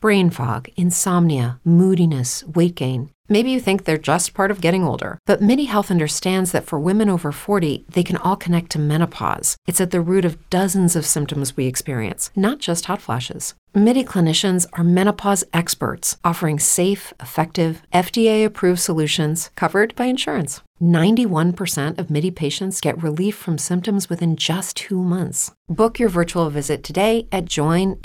brain fog, insomnia, moodiness, weight gain. Maybe you think they're just part of getting older, but MIDI Health understands that for women over 40, they can all connect to menopause. It's at the root of dozens of symptoms we experience, not just hot flashes. MIDI clinicians are menopause experts, offering safe, effective, FDA-approved solutions covered by insurance. 91% of MIDI patients get relief from symptoms within just 2 months. Book your virtual visit today at joinmidi.com.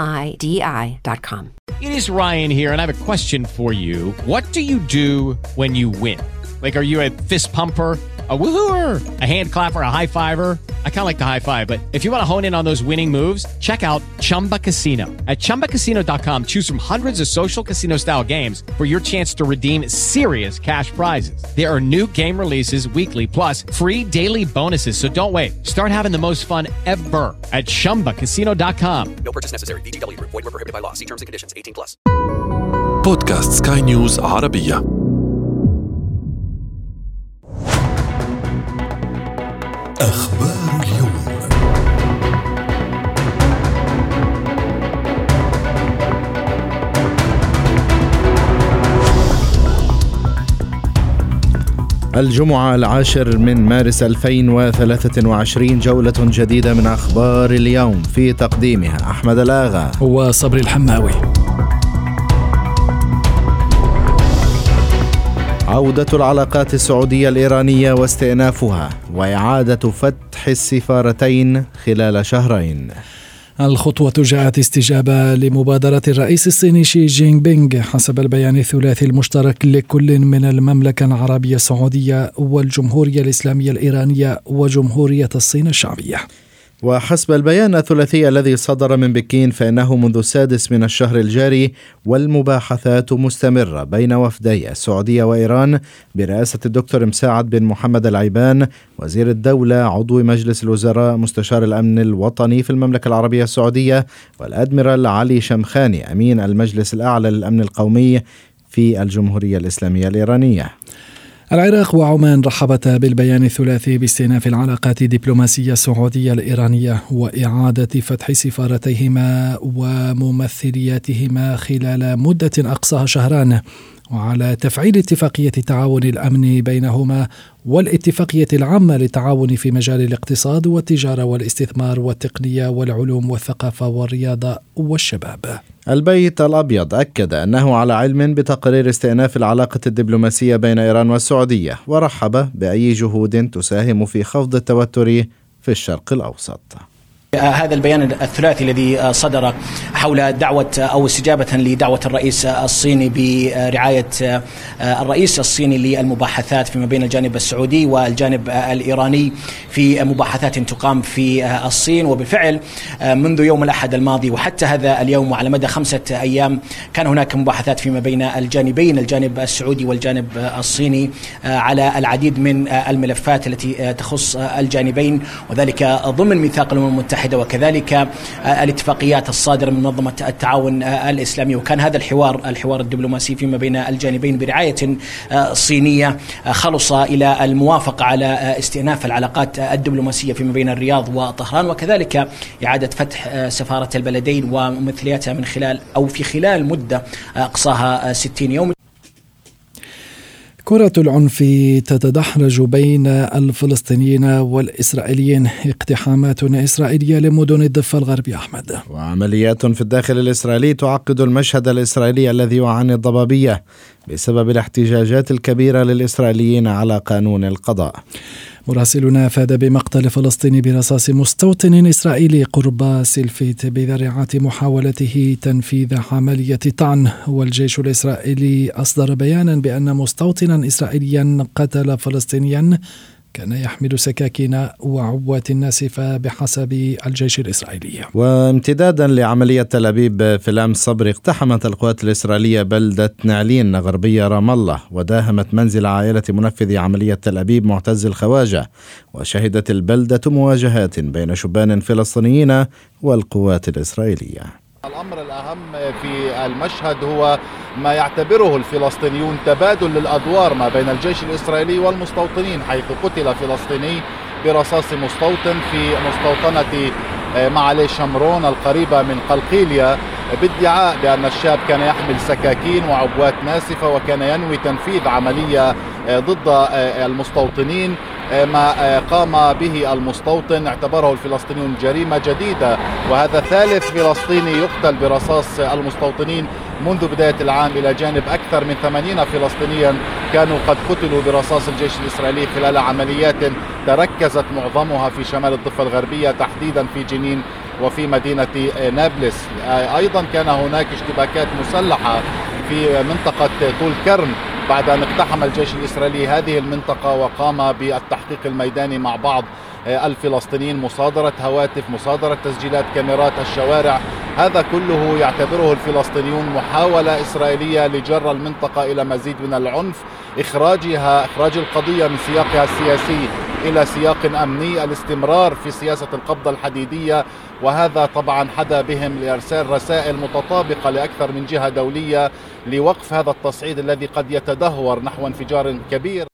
It is Ryan here, and I have a question for you. What do you do when you win? Like, are you a fist pumper, a woohooer, a hand clapper, a high fiver? I kind of like the high five, but if you want to hone in on those winning moves, check out Chumba Casino. At ChumbaCasino.com, choose from hundreds of social casino-style games for your chance to redeem serious cash prizes. There are new game releases weekly, plus free daily bonuses, so don't wait. Start having the most fun ever at ChumbaCasino.com. No purchase necessary. VGW. Void where prohibited by law. See terms and conditions. 18+. بودكاست سكاي نيوز عربية. أخبار اليوم. الجمعة 10 من مارس 2023 جولة جديدة من أخبار اليوم، في تقديمها أحمد الآغا وصبري الحماوي. عودة العلاقات السعودية الإيرانية واستئنافها، وإعادة فتح السفارتين خلال شهرين. الخطوة جاءت استجابة لمبادرة الرئيس الصيني شي جين بينغ حسب البيان الثلاثي المشترك لكل من المملكة العربية السعودية والجمهورية الإسلامية الإيرانية وجمهورية الصين الشعبية. وحسب البيان الثلاثي الذي صدر من بكين، فإنه منذ 6 من الشهر الجاري والمباحثات مستمرة بين وفدي السعودية وإيران برئاسة الدكتور مساعد بن محمد العيبان وزير الدولة عضو مجلس الوزراء مستشار الأمن الوطني في المملكة العربية السعودية، والأدميرال علي شمخاني أمين المجلس الأعلى للأمن القومي في الجمهورية الإسلامية الإيرانية. العراق وعمان رحبتا بالبيان الثلاثي باستئناف العلاقات الدبلوماسية السعودية الإيرانية وإعادة فتح سفارتيهما وممثلياتهما خلال مدة أقصاها شهران، وعلى تفعيل اتفاقية التعاون الأمني بينهما والاتفاقية العامة للتعاون في مجال الاقتصاد والتجارة والاستثمار والتقنية والعلوم والثقافة والرياضة والشباب. البيت الأبيض أكد أنه على علم بتقرير استئناف العلاقة الدبلوماسية بين إيران والسعودية، ورحب بأي جهود تساهم في خفض التوتر في الشرق الأوسط. هذا البيان الثلاثي الذي صدر حول دعوة أو استجابة لدعوة الرئيس الصيني برعاية الرئيس الصيني للمباحثات فيما بين الجانب السعودي والجانب الإيراني في مباحثات تقام في الصين. وبالفعل منذ يوم الأحد الماضي وحتى هذا اليوم وعلى مدى 5 أيام كان هناك مباحثات فيما بين الجانبين، الجانب السعودي والجانب الصيني، على العديد من الملفات التي تخص الجانبين، وذلك ضمن ميثاق الأمم المتحدة وكذلك الاتفاقيات الصادرة من منظمة التعاون الإسلامي. وكان هذا الحوار الدبلوماسي فيما بين الجانبين برعاية صينية خلص إلى الموافقة على استئناف العلاقات الدبلوماسية فيما بين الرياض وطهران، وكذلك إعادة فتح سفارة البلدين وممثلياتها من خلال مدة أقصاها 60 يوم. كرة العنف تتدحرج بين الفلسطينيين والإسرائيليين، اقتحامات إسرائيلية لمدن الضفة الغربية. أحمد. وعمليات في الداخل الإسرائيلي تعقد المشهد الإسرائيلي الذي يعاني الضبابية بسبب الاحتجاجات الكبيرة للإسرائيليين على قانون القضاء. مراسلنا أفاد بمقتل فلسطيني برصاص مستوطن إسرائيلي قرب سلفيت بذريعة محاولته تنفيذ عملية طعن. والجيش الإسرائيلي أصدر بيانا بأن مستوطنا إسرائيليا قتل فلسطينيا كان يحمل سكاكين وعبوات ناسفة بحسب الجيش الإسرائيلي. وامتدادا لعملية تل أبيب في الأمس صبري، اقتحمت القوات الإسرائيلية بلدة نعلين غربية رام الله، وداهمت منزل عائلة منفذ عملية تل أبيب معتز الخواجة، وشهدت البلدة مواجهات بين شبان فلسطينيين والقوات الإسرائيلية. الأمر الأهم في المشهد هو ما يعتبره الفلسطينيون تبادل للأدوار ما بين الجيش الإسرائيلي والمستوطنين، حيث قتل فلسطيني برصاص مستوطن في مستوطنة معالي شمرون القريبة من قلقيلية بادعاء بأن الشاب كان يحمل سكاكين وعبوات ناسفة وكان ينوي تنفيذ عملية ضد المستوطنين. ما قام به المستوطن اعتبره الفلسطينيون جريمة جديدة، وهذا ثالث فلسطيني يقتل برصاص المستوطنين منذ بداية العام، إلى جانب أكثر من 80 فلسطينيا كانوا قد قتلوا برصاص الجيش الإسرائيلي خلال عمليات تركزت معظمها في شمال الضفة الغربية، تحديدا في جنين وفي مدينة نابلس. أيضا كان هناك اشتباكات مسلحة في منطقة طول كرم بعد أن اقتحم الجيش الإسرائيلي هذه المنطقة وقام بالتحقيق الميداني مع بعض الفلسطينيين، مصادرة هواتف، مصادرة تسجيلات كاميرات الشوارع. هذا كله يعتبره الفلسطينيون محاولة إسرائيلية لجر المنطقة إلى مزيد من العنف، إخراج القضية من سياقها السياسي إلى سياق أمني، الاستمرار في سياسة القبضة الحديدية، وهذا طبعا حدا بهم لإرسال رسائل متطابقة لأكثر من جهة دولية لوقف هذا التصعيد الذي قد يتدهور نحو انفجار كبير.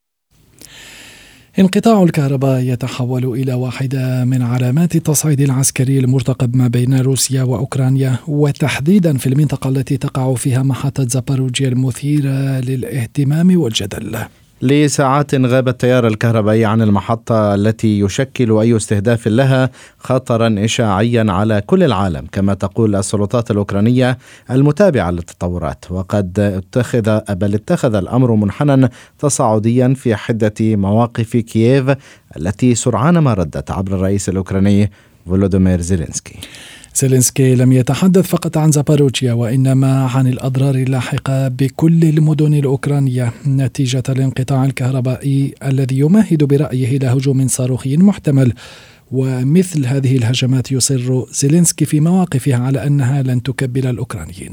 انقطاع الكهرباء يتحول إلى واحدة من علامات التصعيد العسكري المرتقب ما بين روسيا وأوكرانيا، وتحديدا في المنطقة التي تقع فيها محطة زاباروجيا المثيرة للاهتمام والجدل. لساعات غاب التيار الكهربائي عن المحطة التي يشكل أي استهداف لها خطرا إشعاعيا على كل العالم، كما تقول السلطات الأوكرانية المتابعة للتطورات. وقد اتخذ الأمر منحنى تصاعديا في حدة مواقف كييف التي سرعان ما ردت عبر الرئيس الأوكراني فولودومير زيلينسكي. زيلينسكي لم يتحدث فقط عن زاباروجيا، وإنما عن الأضرار اللاحقة بكل المدن الأوكرانية نتيجة الانقطاع الكهربائي الذي يمهد برأيه إلى هجوم صاروخي محتمل. ومثل هذه الهجمات يصر زيلينسكي في مواقفه على أنها لن تكبل الأوكرانيين.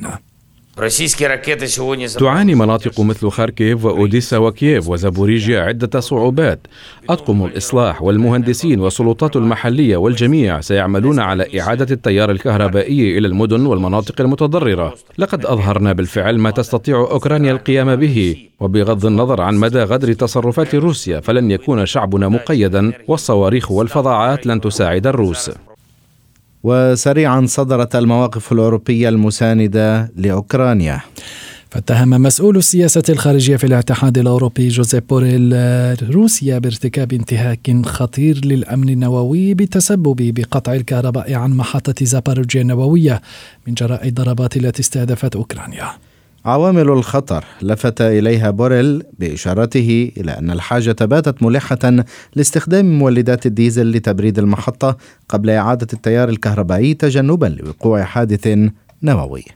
تعاني مناطق مثل خاركيف وأوديسا وكييف وزابوريجيا عدة صعوبات. أطقم الإصلاح والمهندسين والسلطات المحلية والجميع سيعملون على إعادة التيار الكهربائي إلى المدن والمناطق المتضررة. لقد أظهرنا بالفعل ما تستطيع أوكرانيا القيام به، وبغض النظر عن مدى غدر تصرفات روسيا فلن يكون شعبنا مقيدا، والصواريخ والفظاعات لن تساعد الروس. وسريعا صدرت المواقف الأوروبية المساندة لأوكرانيا. فاتهم مسؤول السياسة الخارجية في الاتحاد الأوروبي جوزيب بوريل روسيا بارتكاب انتهاك خطير للأمن النووي بالتسبب بقطع الكهرباء عن محطة زاباروجيا النووية من جراء الضربات التي استهدفت أوكرانيا. عوامل الخطر لفت إليها بوريل بإشارته إلى أن الحاجة باتت ملحة لاستخدام مولدات الديزل لتبريد المحطة قبل إعادة التيار الكهربائي تجنبا لوقوع حادث نووي.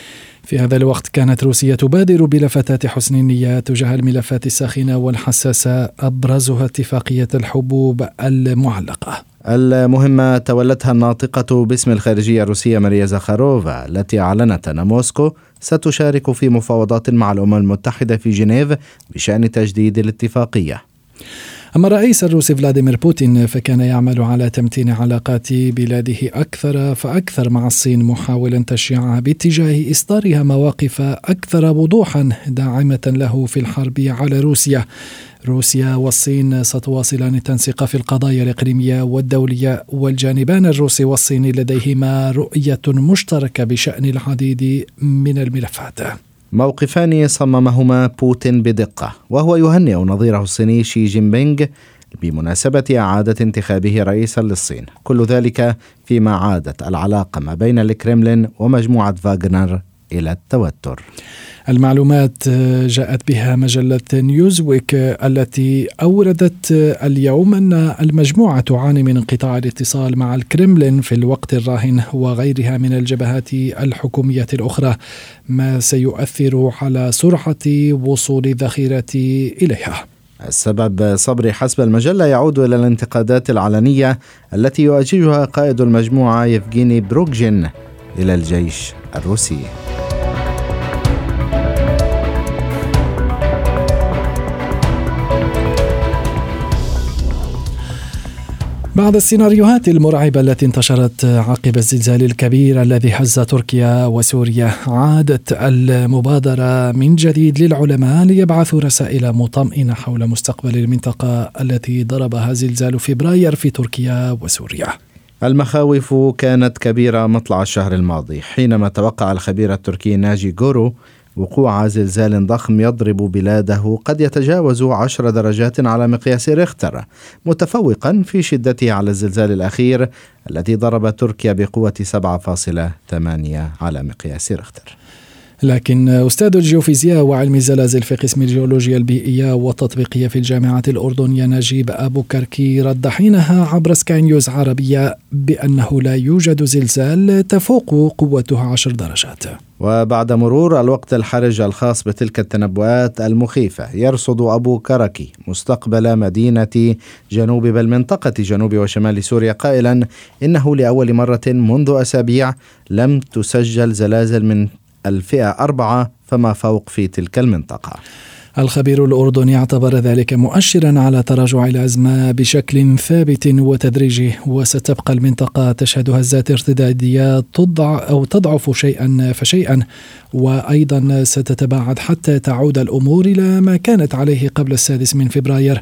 في هذا الوقت كانت روسيا تبادر بلفتات حسن النية تجاه الملفات الساخنة والحساسة، أبرزها اتفاقية الحبوب المعلقة. المهمة تولتها الناطقة باسم الخارجية الروسية ماريا زاخاروفا، التي أعلنت أن موسكو ستشارك في مفاوضات مع الأمم المتحدة في جنيف بشأن تجديد الاتفاقية. أما الرئيس الروسي فلاديمير بوتين فكان يعمل على تمتين علاقات بلاده أكثر فأكثر مع الصين، محاولا تشجيعها باتجاه إصدارها مواقف أكثر وضوحا داعمة له في الحرب على روسيا. روسيا والصين ستواصلان التنسيق في القضايا الإقليمية والدولية، والجانبان الروسي والصيني لديهما رؤية مشتركة بشأن العديد من الملفات. موقفان صممهما بوتين بدقة، وهو يهنئ نظيره الصيني شي جين بينغ بمناسبة إعادة انتخابه رئيسا للصين، كل ذلك فيما عادت العلاقة ما بين الكرملين ومجموعة فاغنر إلى التوتر. المعلومات جاءت بها مجلة نيوزويك التي أوردت اليوم أن المجموعة تعاني من انقطاع الاتصال مع الكرملين في الوقت الراهن وغيرها من الجبهات الحكومية الأخرى، ما سيؤثر على سرعة وصول الذخيرة إليها. السبب صبري حسب المجلة يعود إلى الانتقادات العلنية التي يؤججها قائد المجموعة يفغيني بروغجين إلى الجيش الروسي. بعد السيناريوهات المرعبة التي انتشرت عقب الزلزال الكبير الذي هز تركيا وسوريا، عادت المبادرة من جديد للعلماء ليبعثوا رسائل مطمئنة حول مستقبل المنطقة التي ضربها زلزال فبراير في تركيا وسوريا. المخاوف كانت كبيرة مطلع الشهر الماضي حينما توقع الخبير التركي ناجي جورو وقوع زلزال ضخم يضرب بلاده قد يتجاوز 10 درجات على مقياس ريختر، متفوقا في شدته على الزلزال الأخير الذي ضرب تركيا بقوة 7.8 على مقياس ريختر. لكن أستاذ الجيوفيزياء وعلم الزلازل في قسم الجيولوجيا البيئية والتطبيقية في الجامعة الأردنية نجيب أبو كركي رد حينها عبر سكاي نيوز عربية بأنه لا يوجد زلزال تفوق قوته 10 درجات. وبعد مرور الوقت الحرج الخاص بتلك التنبؤات المخيفة، يرصد أبو كركي مستقبل مدينة جنوب بل منطقة جنوب وشمال سوريا قائلا إنه لأول مرة منذ أسابيع لم تسجل زلازل من الفئة 4 فما فوق في تلك المنطقة. الخبير الأردني اعتبر ذلك مؤشرا على تراجع الأزمة بشكل ثابت وتدريجي، وستبقى المنطقة تشهد هزات ارتدادية تضعف شيئا فشيئا، وأيضا ستتباعد حتى تعود الأمور إلى ما كانت عليه قبل 6 من فبراير،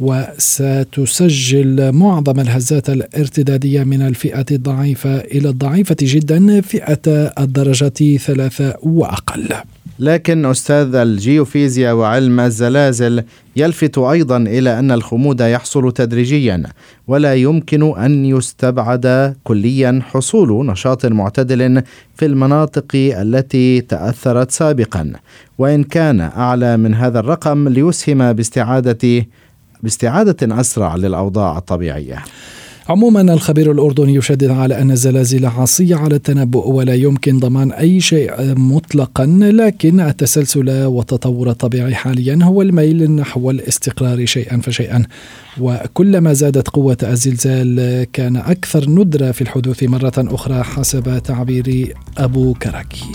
وستسجل معظم الهزات الارتدادية من الفئة الضعيفة إلى الضعيفة جدا، فئة الدرجة 3 وأقل. لكن أستاذ الجيوفيزياء وعلم الزلازل يلفت أيضا إلى أن الخمود يحصل تدريجيا، ولا يمكن أن يستبعد كليا حصول نشاط معتدل في المناطق التي تأثرت سابقا، وإن كان أعلى من هذا الرقم ليسهم باستعادة أسرع للأوضاع الطبيعية. عموما الخبير الأردني يشدد على أن الزلازل عصية على التنبؤ ولا يمكن ضمان أي شيء مطلقا، لكن التسلسل والتطور الطبيعي حاليا هو الميل نحو الاستقرار شيئا فشيئا، وكلما زادت قوة الزلزال كان أكثر ندرة في الحدوث مرة أخرى حسب تعبير أبو كركي.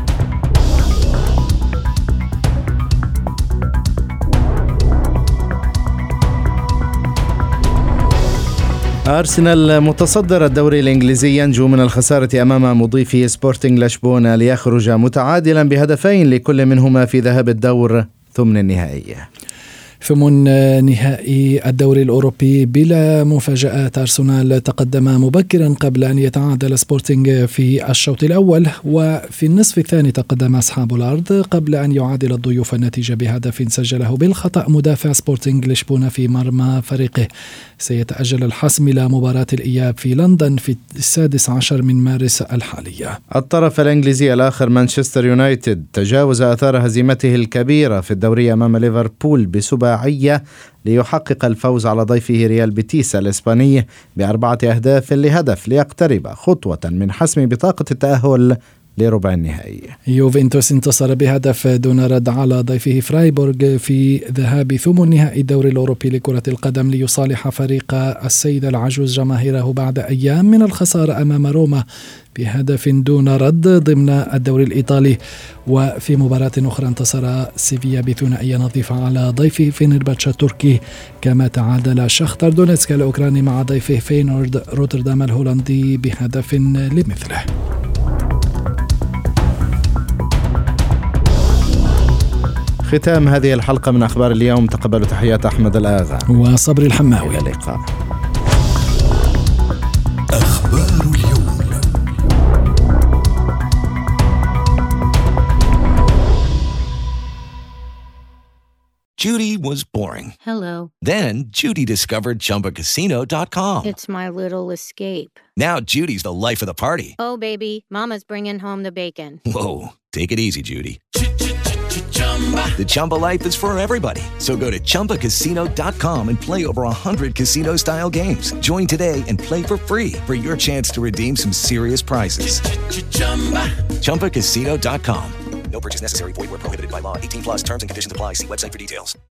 أرسنال متصدر الدوري الإنجليزي ينجو من الخسارة أمام مضيفه سبورتينغ لشبونة ليخرج متعادلا بهدفين لكل منهما في ذهاب الدور ثمن النهائي. ثمن نهائي الدوري الأوروبي بلا مفاجآت، أرسنال تقدم مبكرا قبل أن يتعادل سبورتينغ في الشوط الأول، وفي النصف الثاني تقدم أصحاب الأرض قبل أن يعادل الضيوف النتيجة بهدف سجله بالخطأ مدافع سبورتينغ لشبونة في مرمى فريقه. سيتأجل الحسم إلى مباراة الإياب في لندن في 16 من مارس الحالية. الطرف الإنجليزي الآخر مانشستر يونايتد تجاوز آثار هزيمته الكبيرة في الدوري أمام ليفربول بسباعية ليحقق الفوز على ضيفه ريال بيتيس الإسباني ب4 أهداف لهدف ليقترب خطوة من حسم بطاقة التأهل لربع النهائي. يوفنتوس انتصر بهدف دون رد على ضيفه فرايبورغ في ذهاب ثمن نهائي الدوري الأوروبي لكرة القدم ليصالح فريق السيد العجوز جماهيره بعد أيام من الخسارة أمام روما بهدف دون رد ضمن الدوري الإيطالي. وفي مباراة أخرى انتصر سيفيا بثنائية نظيفة على ضيفه فينرباتش التركي، كما تعادل شختار دونيتسك الأوكراني مع ضيفه فينورد روتردام الهولندي بهدف لمثله. ختام هذه الحلقة من أخبار اليوم، تقبلوا تحيات أحمد الآغا وصبري الحماوي. إلى اللقاء. أخبار اليوم. Judy was boring. Hello. Then Judy discovered ChumbaCasino.com. It's my little escape. Now Judy's the life of the party. Oh, baby, mama's bringing home the bacon. Whoa, take it easy, Judy. The Chumba life is for everybody. So go to ChumbaCasino.com and play over 100 casino-style games. Join today and play for free for your chance to redeem some serious prizes. ChumbaCasino.com. No purchase necessary. Void where prohibited by law. 18+ terms and conditions apply. See website for details.